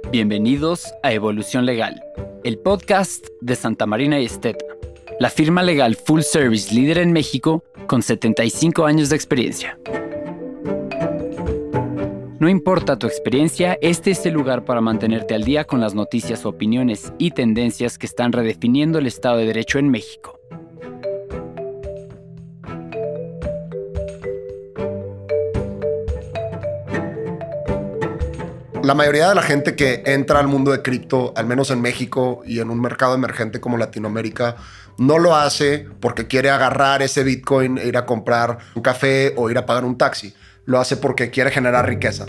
Bienvenidos a Evolución Legal, el podcast de Santa Marina y Esteta, la firma legal full service líder en México con 75 años de experiencia. No importa tu experiencia, este es el lugar para mantenerte al día con las noticias, opiniones y tendencias que están redefiniendo el Estado de Derecho en México. La mayoría de la gente que entra al mundo de cripto, al menos en México y en un mercado emergente como Latinoamérica, no lo hace porque quiere agarrar ese Bitcoin e ir a comprar un café o ir a pagar un taxi. Lo hace porque quiere generar riqueza.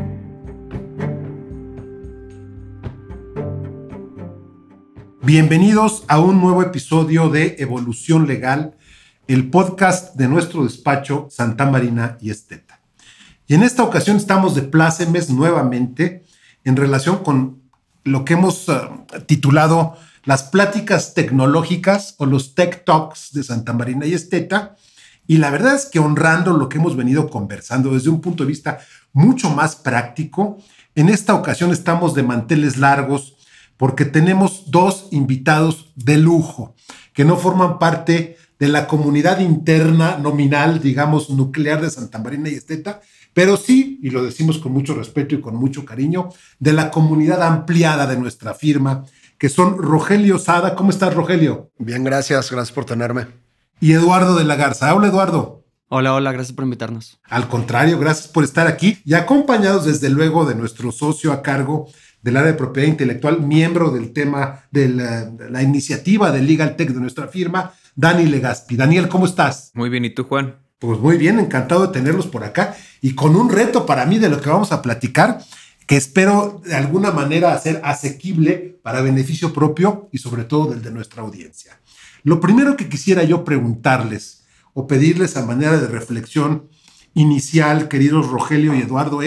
Bienvenidos a un nuevo episodio de Evolución Legal, el podcast de nuestro despacho Santa Marina y Esteta. Y en esta ocasión estamos de plácemes nuevamente en relación con lo que hemos titulado las pláticas tecnológicas o los Tech Talks de Santa Marina y Esteta. Y la verdad es que honrando lo que hemos venido conversando desde un punto de vista mucho más práctico, en esta ocasión estamos de manteles largos porque tenemos dos invitados de lujo que no forman parte de la comunidad interna nominal, digamos, nuclear de Santa Marina y Esteta, pero sí, y lo decimos con mucho respeto y con mucho cariño, de la comunidad ampliada de nuestra firma, que son Rogelio Sada. ¿Cómo estás, Rogelio? Bien, gracias por tenerme. Y Eduardo de la Garza. Hola, Eduardo. Hola, gracias por invitarnos. Al contrario, gracias por estar aquí y acompañados desde luego de nuestro socio a cargo del área de propiedad intelectual, miembro del tema de la iniciativa de Legal Tech de nuestra firma, Dani Legaspi. Daniel, ¿cómo estás? Muy bien, ¿y tú, Juan? Pues muy bien, encantado de tenerlos por acá y con un reto para mí de lo que vamos a platicar que espero de alguna manera hacer asequible para beneficio propio y sobre todo del de nuestra audiencia. Lo primero que quisiera yo preguntarles o pedirles a manera de reflexión inicial, queridos Rogelio y Eduardo,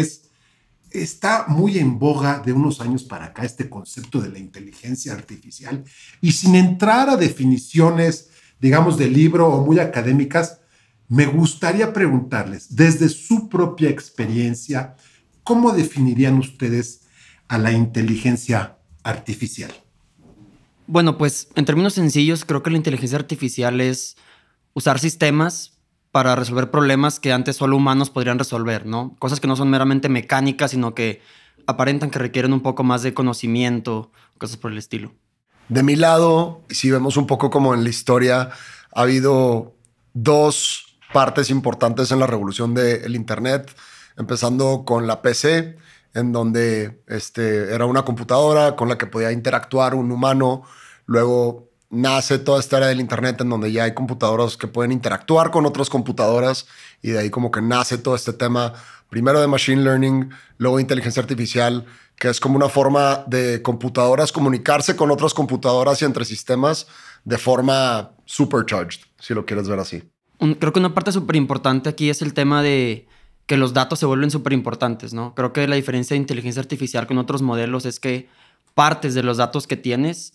está muy en boga de unos años para acá este concepto de la inteligencia artificial y sin entrar a definiciones, digamos, de libro o muy académicas, me gustaría preguntarles, desde su propia experiencia, ¿cómo definirían ustedes a la inteligencia artificial? Bueno, pues en términos sencillos, creo que la inteligencia artificial es usar sistemas para resolver problemas que antes solo humanos podrían resolver, ¿no? Cosas que no son meramente mecánicas, sino que aparentan que requieren un poco más de conocimiento, cosas por el estilo. De mi lado, si vemos un poco como en la historia, ha habido dos partes importantes en la revolución del Internet, empezando con la PC, en donde era una computadora con la que podía interactuar un humano. Luego nace toda esta era del Internet en donde ya hay computadoras que pueden interactuar con otras computadoras y de ahí como que nace todo este tema, primero de machine learning, luego inteligencia artificial, que es como una forma de computadoras comunicarse con otras computadoras y entre sistemas de forma supercharged, si lo quieres ver así. Creo que una parte súper importante aquí es el tema de que los datos se vuelven súper importantes, ¿no? Creo que la diferencia de inteligencia artificial con otros modelos es que partes de los datos que tienes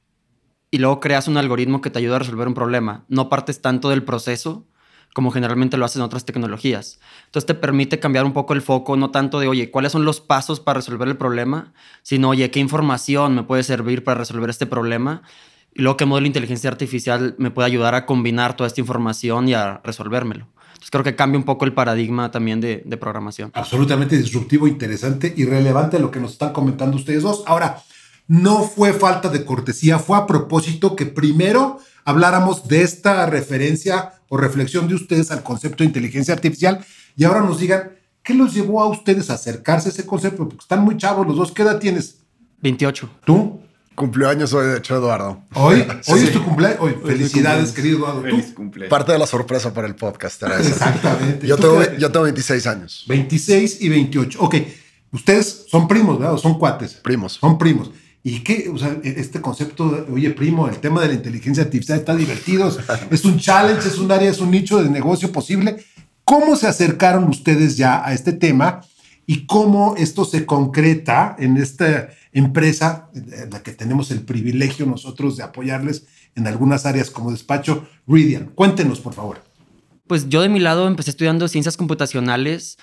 y luego creas un algoritmo que te ayuda a resolver un problema. No partes tanto del proceso como generalmente lo hacen otras tecnologías. Entonces te permite cambiar un poco el foco, no tanto de, oye, ¿cuáles son los pasos para resolver el problema? Sino, oye, ¿qué información me puede servir para resolver este problema? Y luego, ¿qué modelo de inteligencia artificial me puede ayudar a combinar toda esta información y a resolvérmelo? Entonces creo que cambia un poco el paradigma también de programación. Absolutamente disruptivo, interesante y relevante lo que nos están comentando ustedes dos. Ahora, no fue falta de cortesía, fue a propósito que primero habláramos de esta referencia o reflexión de ustedes al concepto de inteligencia artificial y ahora nos digan qué los llevó a ustedes a acercarse a ese concepto, porque están muy chavos los dos. ¿Qué edad tienes? 28. ¿Tú? Cumpleaños hoy, de hecho, Eduardo. ¿Hoy Sí. es tu cumpleaños? Hoy, felicidades, querido Eduardo. Feliz cumpleaños. Parte de la sorpresa para el podcast era esa. Exactamente. Yo tengo 26 años. 26 y 28. Ok, ustedes son primos, ¿verdad? ¿O son cuates? Primos. Son primos. ¿Y qué? O sea, este concepto de, oye, primo, el tema de la inteligencia artificial está divertido. Es un challenge, es un área, es un nicho de negocio posible. ¿Cómo se acercaron ustedes ya a este tema y cómo esto se concreta en esta empresa en la que tenemos el privilegio nosotros de apoyarles en algunas áreas como despacho Ridian? Cuéntenos, por favor. Pues yo de mi lado empecé estudiando ciencias computacionales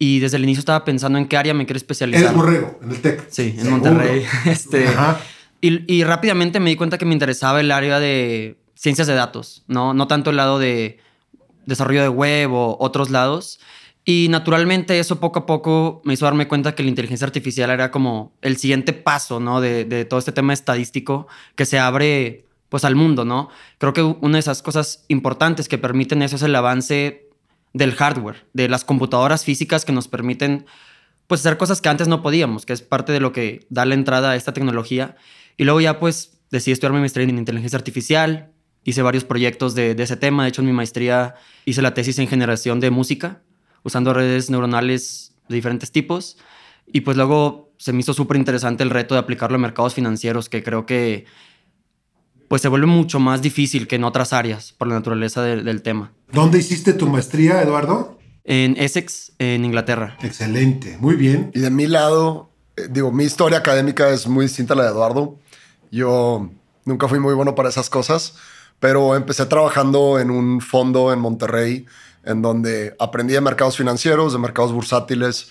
Y desde el inicio estaba pensando en qué área me quiero especializar. Eres borrego, en el TEC. Sí, en Seguro. Monterrey. Ajá. Y rápidamente me di cuenta que me interesaba el área de ciencias de datos, ¿no? No tanto el lado de desarrollo de web o otros lados. Y naturalmente eso poco a poco me hizo darme cuenta que la inteligencia artificial era como el siguiente paso, ¿no? De todo este tema estadístico que se abre pues al mundo, ¿no? Creo que una de esas cosas importantes que permiten eso es el avance del hardware, de las computadoras físicas que nos permiten pues hacer cosas que antes no podíamos, que es parte de lo que da la entrada a esta tecnología. Y luego ya pues decidí estudiar mi maestría en inteligencia artificial, hice varios proyectos de ese tema. De hecho, en mi maestría hice la tesis en generación de música, usando redes neuronales de diferentes tipos. Y pues luego se me hizo súper interesante el reto de aplicarlo a mercados financieros, que creo que pues se vuelve mucho más difícil que en otras áreas por la naturaleza del tema. ¿Dónde hiciste tu maestría, Eduardo? En Essex, en Inglaterra. Excelente, muy bien. Y de mi lado, mi historia académica es muy distinta a la de Eduardo. Yo nunca fui muy bueno para esas cosas, pero empecé trabajando en un fondo en Monterrey, en donde aprendí de mercados financieros, de mercados bursátiles.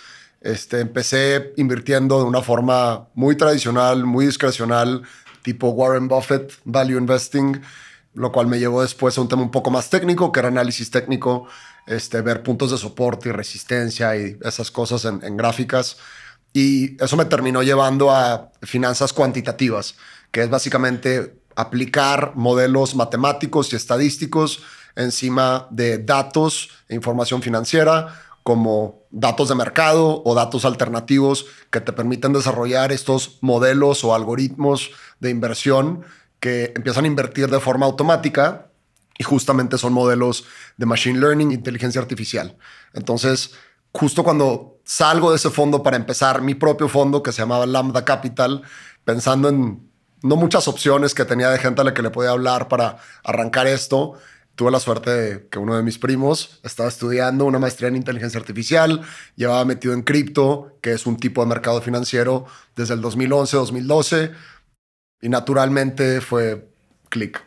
Empecé invirtiendo de una forma muy tradicional, muy discrecional, tipo Warren Buffett, value investing, lo cual me llevó después a un tema un poco más técnico, que era análisis técnico, ver puntos de soporte y resistencia y esas cosas en gráficas. Y eso me terminó llevando a finanzas cuantitativas, que es básicamente aplicar modelos matemáticos y estadísticos encima de datos e información financiera, como datos de mercado o datos alternativos que te permiten desarrollar estos modelos o algoritmos de inversión que empiezan a invertir de forma automática, y justamente son modelos de machine learning, inteligencia artificial. Entonces, justo cuando salgo de ese fondo para empezar mi propio fondo que se llamaba Lambda Capital, pensando en no muchas opciones que tenía de gente a la que le podía hablar para arrancar esto, tuve la suerte de que uno de mis primos estaba estudiando una maestría en inteligencia artificial, llevaba metido en cripto, que es un tipo de mercado financiero, desde el 2011, 2012, y naturalmente fue clic.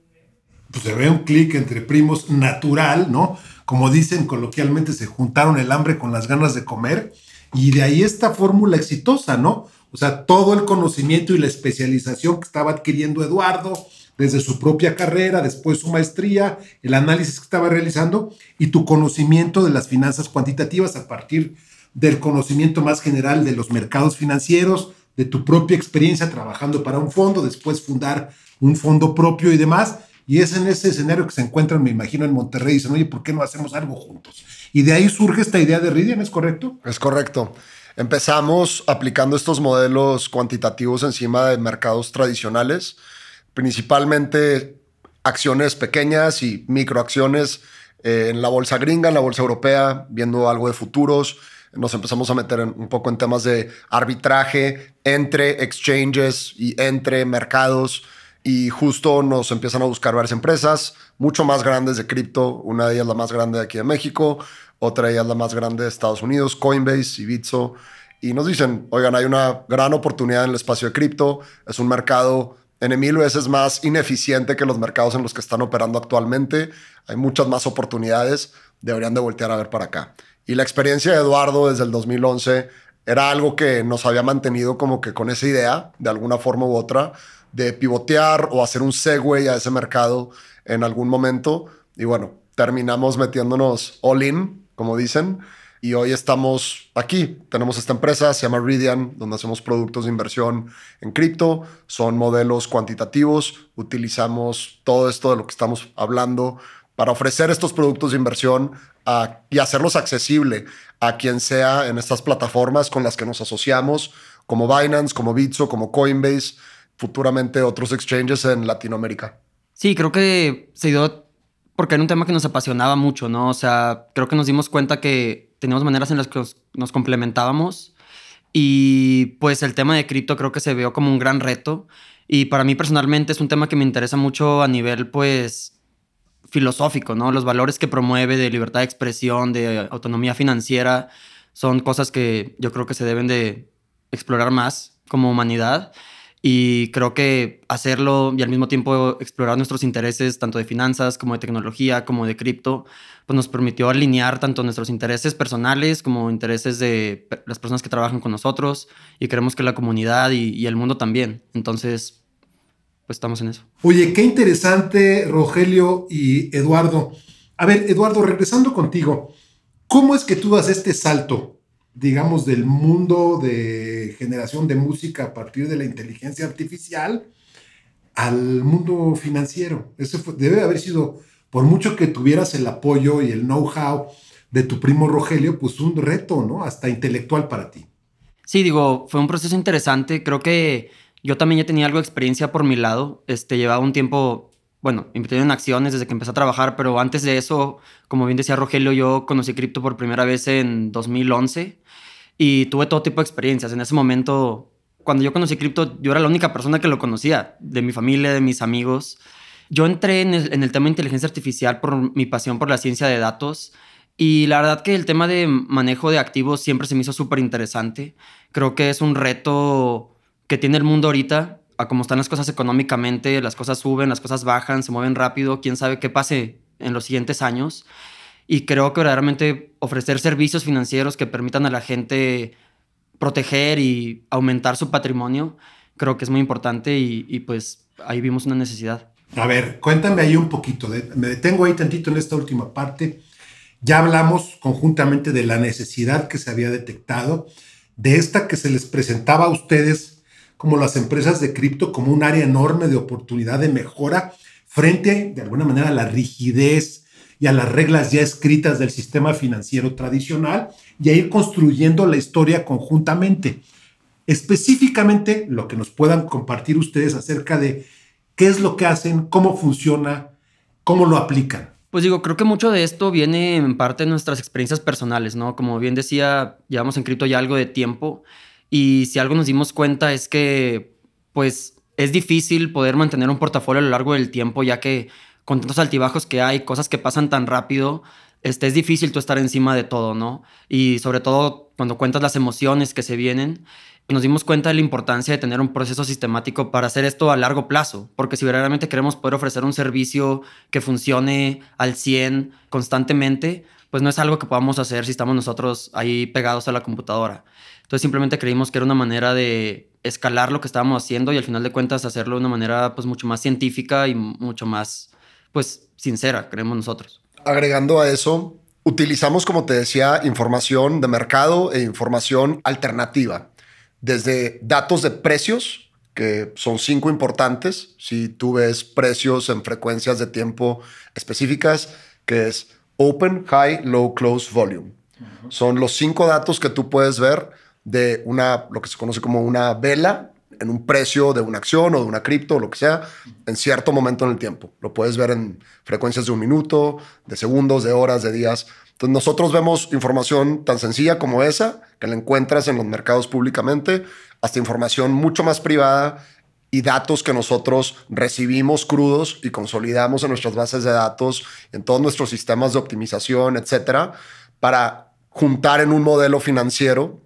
Pues se ve un clic entre primos natural, ¿no? Como dicen coloquialmente, se juntaron el hambre con las ganas de comer, y de ahí esta fórmula exitosa, ¿no? O sea, todo el conocimiento y la especialización que estaba adquiriendo Eduardo desde su propia carrera, después su maestría, el análisis que estaba realizando y tu conocimiento de las finanzas cuantitativas a partir del conocimiento más general de los mercados financieros, de tu propia experiencia trabajando para un fondo, después fundar un fondo propio y demás. Y es en ese escenario que se encuentran, me imagino, en Monterrey, y dicen, oye, ¿por qué no hacemos algo juntos? Y de ahí surge esta idea de Ridian, ¿es correcto? Es correcto. Empezamos aplicando estos modelos cuantitativos encima de mercados tradicionales, principalmente acciones pequeñas y microacciones en la bolsa gringa, en la bolsa europea, viendo algo de futuros. Nos empezamos a meter un poco en temas de arbitraje entre exchanges y entre mercados. Y justo nos empiezan a buscar varias empresas mucho más grandes de cripto. Una de ellas la más grande de aquí de México, otra de ellas la más grande de Estados Unidos, Coinbase y Bitso. Y nos dicen, oigan, hay una gran oportunidad en el espacio de cripto. Es un mercado en 1000 veces más ineficiente que los mercados en los que están operando actualmente. Hay muchas más oportunidades. Deberían de voltear a ver para acá. Y la experiencia de Eduardo desde el 2011 era algo que nos había mantenido como que con esa idea, de alguna forma u otra, de pivotear o hacer un segue a ese mercado en algún momento. Y bueno, terminamos metiéndonos all in, como dicen, y hoy estamos aquí. Tenemos esta empresa, se llama Ridian, donde hacemos productos de inversión en cripto. Son modelos cuantitativos. Utilizamos todo esto de lo que estamos hablando para ofrecer estos productos de inversión y hacerlos accesible a quien sea en estas plataformas con las que nos asociamos, como Binance, como Bitso, como Coinbase, futuramente otros exchanges en Latinoamérica. Sí, creo que se dio porque era un tema que nos apasionaba mucho, ¿no? O sea, creo que nos dimos cuenta que teníamos maneras en las que nos complementábamos, y pues el tema de cripto creo que se vio como un gran reto, y para mí personalmente es un tema que me interesa mucho a nivel pues filosófico, ¿no? Los valores que promueve de libertad de expresión, de autonomía financiera, son cosas que yo creo que se deben de explorar más como humanidad. Y creo que hacerlo y al mismo tiempo explorar nuestros intereses, tanto de finanzas como de tecnología, como de cripto, pues nos permitió alinear tanto nuestros intereses personales como intereses de las personas que trabajan con nosotros, y creemos que la comunidad y el mundo también. Entonces, pues estamos en eso. Oye, qué interesante, Rogelio y Eduardo. A ver, Eduardo, regresando contigo, ¿cómo es que tú das este salto, digamos, del mundo de generación de música a partir de la inteligencia artificial al mundo financiero? Debe haber sido, por mucho que tuvieras el apoyo y el know-how de tu primo Rogelio, pues un reto, ¿no? Hasta intelectual para ti. Sí, digo, fue un proceso interesante. Creo que yo también ya tenía algo de experiencia por mi lado. Llevaba un tiempo, bueno, invertido en acciones desde que empecé a trabajar, pero antes de eso, como bien decía Rogelio, yo conocí cripto por primera vez en 2011 y tuve todo tipo de experiencias. En ese momento, cuando yo conocí cripto, yo era la única persona que lo conocía, de mi familia, de mis amigos. Yo entré en el tema de inteligencia artificial por mi pasión por la ciencia de datos, y la verdad que el tema de manejo de activos siempre se me hizo súper interesante. Creo que es un reto que tiene el mundo ahorita, a cómo están las cosas económicamente. Las cosas suben, las cosas bajan, se mueven rápido. Quién sabe qué pase en los siguientes años. Y creo que verdaderamente ofrecer servicios financieros que permitan a la gente proteger y aumentar su patrimonio, creo que es muy importante, y pues ahí vimos una necesidad. A ver, cuéntame ahí un poquito. Me detengo ahí tantito en esta última parte. Ya hablamos conjuntamente de la necesidad que se había detectado, de esta que se les presentaba a ustedes como las empresas de cripto como un área enorme de oportunidad de mejora frente, de alguna manera, a la rigidez y a las reglas ya escritas del sistema financiero tradicional, y a ir construyendo la historia conjuntamente. Específicamente, lo que nos puedan compartir ustedes acerca de qué es lo que hacen, cómo funciona, cómo lo aplican. Pues digo, creo que mucho de esto viene en parte de nuestras experiencias personales, ¿no? Como bien decía, llevamos en cripto ya algo de tiempo, y si algo nos dimos cuenta es que, pues, es difícil poder mantener un portafolio a lo largo del tiempo, ya que con tantos altibajos que hay, cosas que pasan tan rápido, es difícil tú estar encima de todo, ¿no? Y sobre todo cuando cuentas las emociones que se vienen. Nos dimos cuenta de la importancia de tener un proceso sistemático para hacer esto a largo plazo, porque si verdaderamente queremos poder ofrecer un servicio que funcione al 100 constantemente, pues no es algo que podamos hacer si estamos nosotros ahí pegados a la computadora. Entonces simplemente creímos que era una manera de escalar lo que estábamos haciendo, y al final de cuentas hacerlo de una manera pues mucho más científica y mucho más pues sincera, creemos nosotros. Agregando a eso, utilizamos, como te decía, información de mercado e información alternativa. Desde datos de precios, que son 5 importantes. Si tú ves precios en frecuencias de tiempo específicas, que es Open, High, Low, Close, Volume. Son los 5 datos que tú puedes ver de lo que se conoce como una vela en un precio de una acción o de una cripto o lo que sea en cierto momento en el tiempo. Lo puedes ver en frecuencias de 1 minuto, de segundos, de horas, de días. Entonces nosotros vemos información tan sencilla como esa, que la encuentras en los mercados públicamente, hasta información mucho más privada y datos que nosotros recibimos crudos y consolidamos en nuestras bases de datos, en todos nuestros sistemas de optimización, etcétera, para juntar en un modelo financiero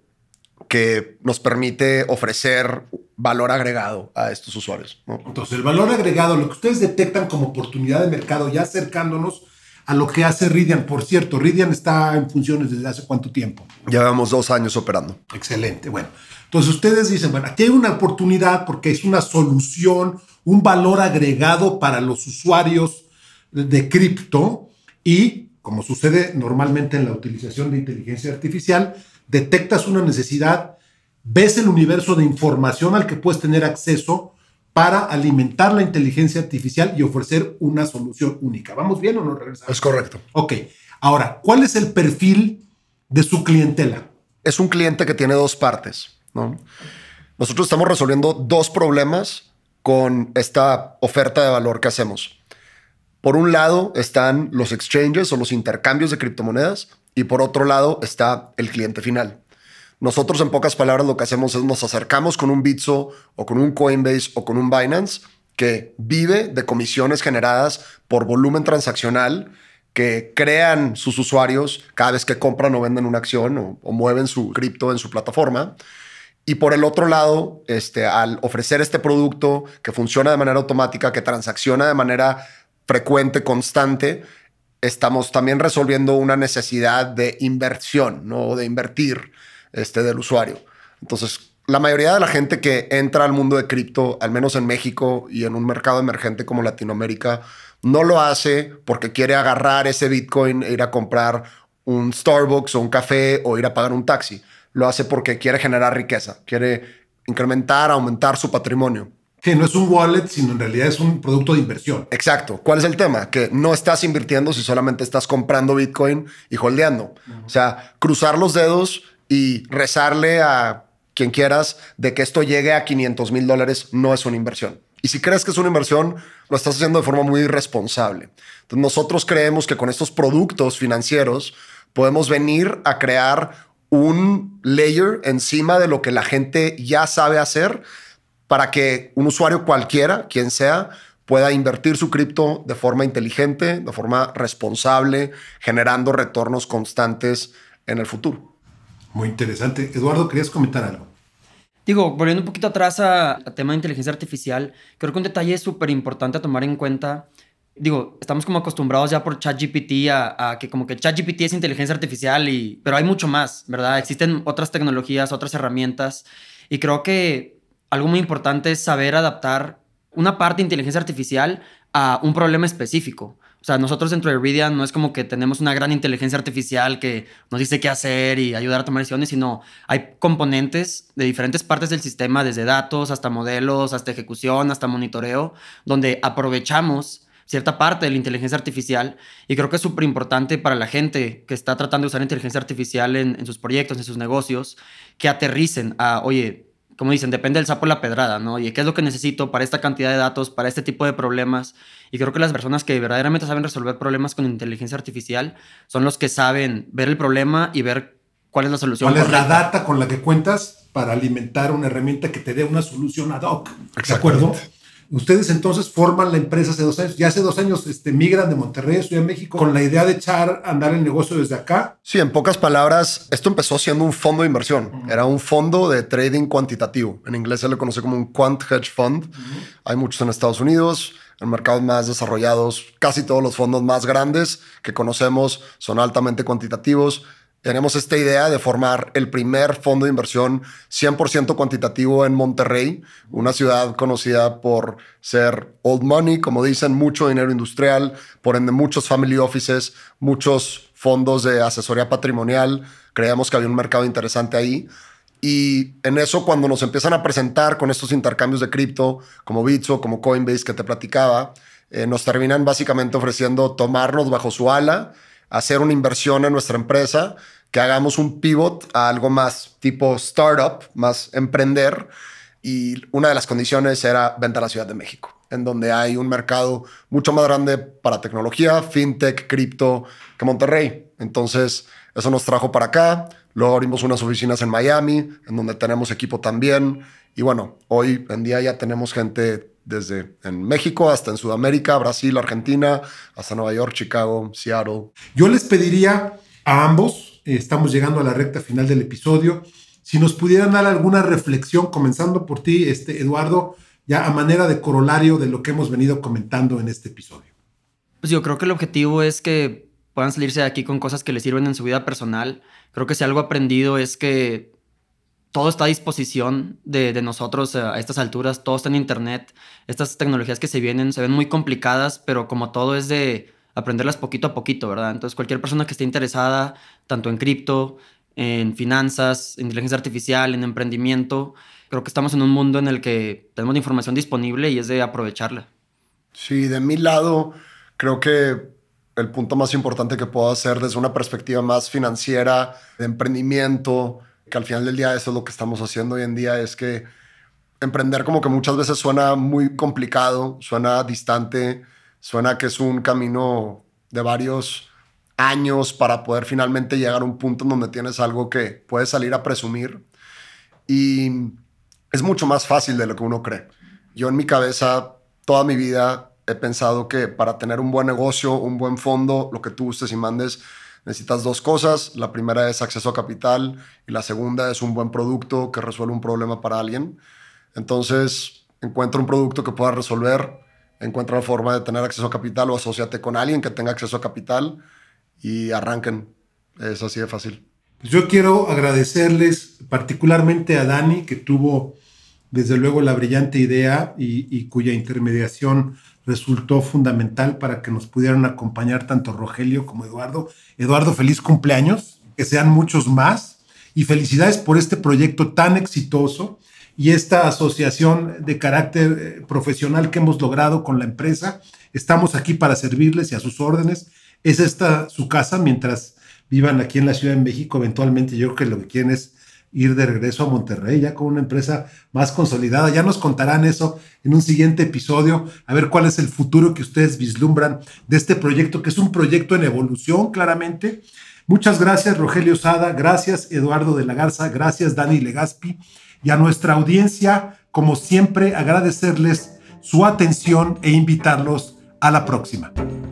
que nos permite ofrecer valor agregado a estos usuarios, ¿no? Entonces, el valor agregado, lo que ustedes detectan como oportunidad de mercado, ya acercándonos a lo que hace Ridian. Por cierto, Ridian está en funciones desde hace ¿cuánto tiempo? Llevamos 2 años operando. Excelente. Bueno, entonces ustedes dicen, bueno, aquí hay una oportunidad porque es una solución, un valor agregado para los usuarios de cripto, y como sucede normalmente en la utilización de inteligencia artificial, detectas una necesidad, ves el universo de información al que puedes tener acceso para alimentar la inteligencia artificial y ofrecer una solución única. ¿Vamos bien o no regresamos? Es correcto. Ok. Ahora, ¿cuál es el perfil de su clientela? Es un cliente que tiene 2 partes, ¿no? Nosotros estamos resolviendo 2 problemas con esta oferta de valor que hacemos. Por un lado están los exchanges o los intercambios de criptomonedas, y por otro lado está el cliente final. Nosotros, en pocas palabras, lo que hacemos es nos acercamos con un Bitso o con un Coinbase o con un Binance que vive de comisiones generadas por volumen transaccional que crean sus usuarios cada vez que compran o venden una acción o mueven su cripto en su plataforma. Y por el otro lado, al ofrecer este producto que funciona de manera automática, que transacciona de manera frecuente, constante, estamos también resolviendo una necesidad de inversión, ¿no? De invertir del usuario. Entonces, la mayoría de la gente que entra al mundo de cripto, al menos en México y en un mercado emergente como Latinoamérica, no lo hace porque quiere agarrar ese Bitcoin e ir a comprar un Starbucks o un café o ir a pagar un taxi. Lo hace porque quiere generar riqueza, quiere incrementar, aumentar su patrimonio. Que no es un wallet, sino en realidad es un producto de inversión. Exacto. ¿Cuál es el tema? Que no estás invirtiendo si solamente estás comprando Bitcoin y holdeando. O sea, cruzar los dedos y rezarle a quien quieras de que esto llegue a $500,000 no es una inversión. Y si crees que es una inversión, lo estás haciendo de forma muy irresponsable. Entonces, nosotros creemos que con estos productos financieros podemos venir a crear un layer encima de lo que la gente ya sabe hacer para que un usuario cualquiera, quien sea, pueda invertir su cripto de forma inteligente, de forma responsable, generando retornos constantes en el futuro. Muy interesante. Eduardo, ¿querías comentar algo? Digo, volviendo un poquito atrás al tema de inteligencia artificial, creo que un detalle súper importante a tomar en cuenta. Digo, estamos como acostumbrados ya por ChatGPT a que como que ChatGPT es inteligencia artificial, pero hay mucho más, ¿verdad? Existen otras tecnologías, otras herramientas, y creo que algo muy importante es saber adaptar una parte de inteligencia artificial a un problema específico. O sea, nosotros dentro de Iridian no es como que tenemos una gran inteligencia artificial que nos dice qué hacer y ayudar a tomar decisiones, sino hay componentes de diferentes partes del sistema, desde datos hasta modelos, hasta ejecución, hasta monitoreo, donde aprovechamos cierta parte de la inteligencia artificial, y creo que es súper importante para la gente que está tratando de usar inteligencia artificial en sus proyectos, en sus negocios, que aterricen a, oye, como dicen, depende del sapo la pedrada, ¿no? Oye, ¿qué es lo que necesito para esta cantidad de datos, para este tipo de problemas? Y creo que las personas que verdaderamente saben resolver problemas con inteligencia artificial son los que saben ver el problema y ver cuál es la solución ¿Cuál es la correcta. data con la que cuentas para alimentar una herramienta que te dé una solución ad hoc? ¿De acuerdo? Ustedes entonces forman la empresa hace 2 años. Ya hace 2 años migran de Monterrey a Ciudad de México con la idea de echar a andar el negocio desde acá. Sí, en pocas palabras, esto empezó siendo un fondo de inversión. Era un fondo de trading cuantitativo. En inglés se le conoce como un quant hedge fund. Hay muchos en Estados Unidos. En mercados más desarrollados, casi todos los fondos más grandes que conocemos son altamente cuantitativos. Tenemos esta idea de formar el primer fondo de inversión 100% cuantitativo en Monterrey, una ciudad conocida por ser old money, como dicen, mucho dinero industrial, por ende muchos family offices, muchos fondos de asesoría patrimonial. Creíamos que había un mercado interesante ahí. Y en eso, cuando nos empiezan a presentar con estos intercambios de cripto, como Bitso, como Coinbase que te platicaba, nos terminan básicamente ofreciendo tomarnos bajo su ala, hacer una inversión en nuestra empresa, que hagamos un pivot a algo más tipo startup, más emprender. Y una de las condiciones era venta a la Ciudad de México, en donde hay un mercado mucho más grande para tecnología, fintech, cripto, que Monterrey. Entonces, eso nos trajo para acá. Luego abrimos unas oficinas en Miami, en donde tenemos equipo también. Y bueno, hoy en día ya tenemos gente desde en México hasta en Sudamérica, Brasil, Argentina, hasta Nueva York, Chicago, Seattle. Yo les pediría a ambos, estamos llegando a la recta final del episodio, si nos pudieran dar alguna reflexión, comenzando por ti, Eduardo, ya a manera de corolario de lo que hemos venido comentando en este episodio. Pues yo creo que el objetivo es que puedan salirse de aquí con cosas que les sirven en su vida personal. Creo que si algo he aprendido es que todo está a disposición de nosotros a estas alturas, todo está en internet. Estas tecnologías que se vienen se ven muy complicadas, pero como todo es de aprenderlas poquito a poquito, ¿verdad? Entonces cualquier persona que esté interesada, tanto en cripto, en finanzas, en inteligencia artificial, en emprendimiento, creo que estamos en un mundo en el que tenemos la información disponible y es de aprovecharla. Sí, de mi lado, creo que el punto más importante que puedo hacer desde una perspectiva más financiera, de emprendimiento, que al final del día eso es lo que estamos haciendo hoy en día, es que emprender como que muchas veces suena muy complicado, suena distante, suena que es un camino de varios años para poder finalmente llegar a un punto en donde tienes algo que puedes salir a presumir. Y es mucho más fácil de lo que uno cree. Yo en mi cabeza, toda mi vida, he pensado que para tener un buen negocio, un buen fondo, lo que tú gustes y mandes, necesitas dos cosas. La primera es acceso a capital y la segunda es un buen producto que resuelve un problema para alguien. Entonces, encuentra un producto que puedas resolver, encuentra la forma de tener acceso a capital o asóciate con alguien que tenga acceso a capital y arranquen. Es así de fácil. Yo quiero agradecerles particularmente a Dani, que tuvo desde luego la brillante idea y cuya intermediación resultó fundamental para que nos pudieran acompañar tanto Rogelio como Eduardo. Eduardo, feliz cumpleaños, que sean muchos más y felicidades por este proyecto tan exitoso y esta asociación de carácter profesional que hemos logrado con la empresa. Estamos aquí para servirles y a sus órdenes. Es esta su casa mientras vivan aquí en la Ciudad de México. Eventualmente yo creo que lo que quieren es ir de regreso a Monterrey, ya con una empresa más consolidada. Ya nos contarán eso en un siguiente episodio, a ver cuál es el futuro que ustedes vislumbran de este proyecto, que es un proyecto en evolución, claramente. Muchas gracias, Rogelio Sada, gracias, Eduardo de la Garza, gracias, Dani Legaspi, y a nuestra audiencia, como siempre, agradecerles su atención e invitarlos a la próxima.